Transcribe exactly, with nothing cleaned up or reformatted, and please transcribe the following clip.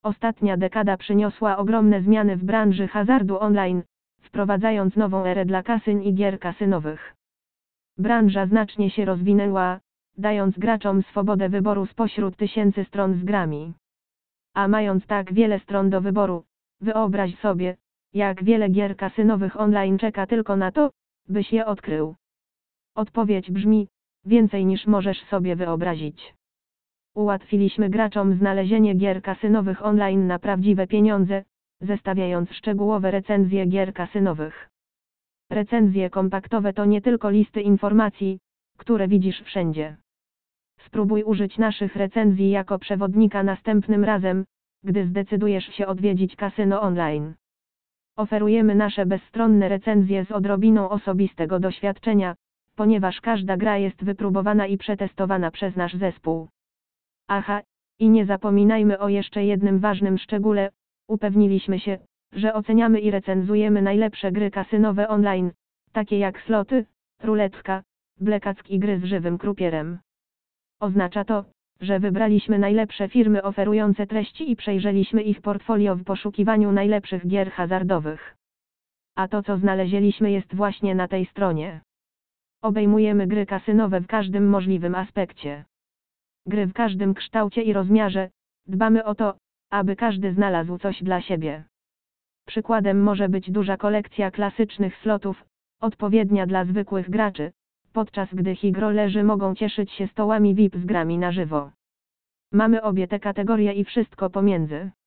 Ostatnia dekada przyniosła ogromne zmiany w branży hazardu online, wprowadzając nową erę dla kasyn i gier kasynowych. Branża znacznie się rozwinęła, dając graczom swobodę wyboru spośród tysięcy stron z grami. A mając tak wiele stron do wyboru, wyobraź sobie, jak wiele gier kasynowych online czeka tylko na to, byś je odkrył. Odpowiedź brzmi: więcej niż możesz sobie wyobrazić. Ułatwiliśmy graczom znalezienie gier kasynowych online na prawdziwe pieniądze, zestawiając szczegółowe recenzje gier kasynowych. Recenzje kompaktowe to nie tylko listy informacji, które widzisz wszędzie. Spróbuj użyć naszych recenzji jako przewodnika następnym razem, gdy zdecydujesz się odwiedzić kasyno online. Oferujemy nasze bezstronne recenzje z odrobiną osobistego doświadczenia, ponieważ każda gra jest wypróbowana i przetestowana przez nasz zespół. Aha, i nie zapominajmy o jeszcze jednym ważnym szczególe: upewniliśmy się, że oceniamy i recenzujemy najlepsze gry kasynowe online, takie jak sloty, ruletka, blackjack i gry z żywym krupierem. Oznacza to, że wybraliśmy najlepsze firmy oferujące treści i przejrzeliśmy ich portfolio w poszukiwaniu najlepszych gier hazardowych. A to, co znaleźliśmy, jest właśnie na tej stronie. Obejmujemy gry kasynowe w każdym możliwym aspekcie. Gry w każdym kształcie i rozmiarze, dbamy o to, aby każdy znalazł coś dla siebie. Przykładem może być duża kolekcja klasycznych slotów, odpowiednia dla zwykłych graczy, podczas gdy higrolerzy mogą cieszyć się stołami V I P z grami na żywo. Mamy obie te kategorie i wszystko pomiędzy.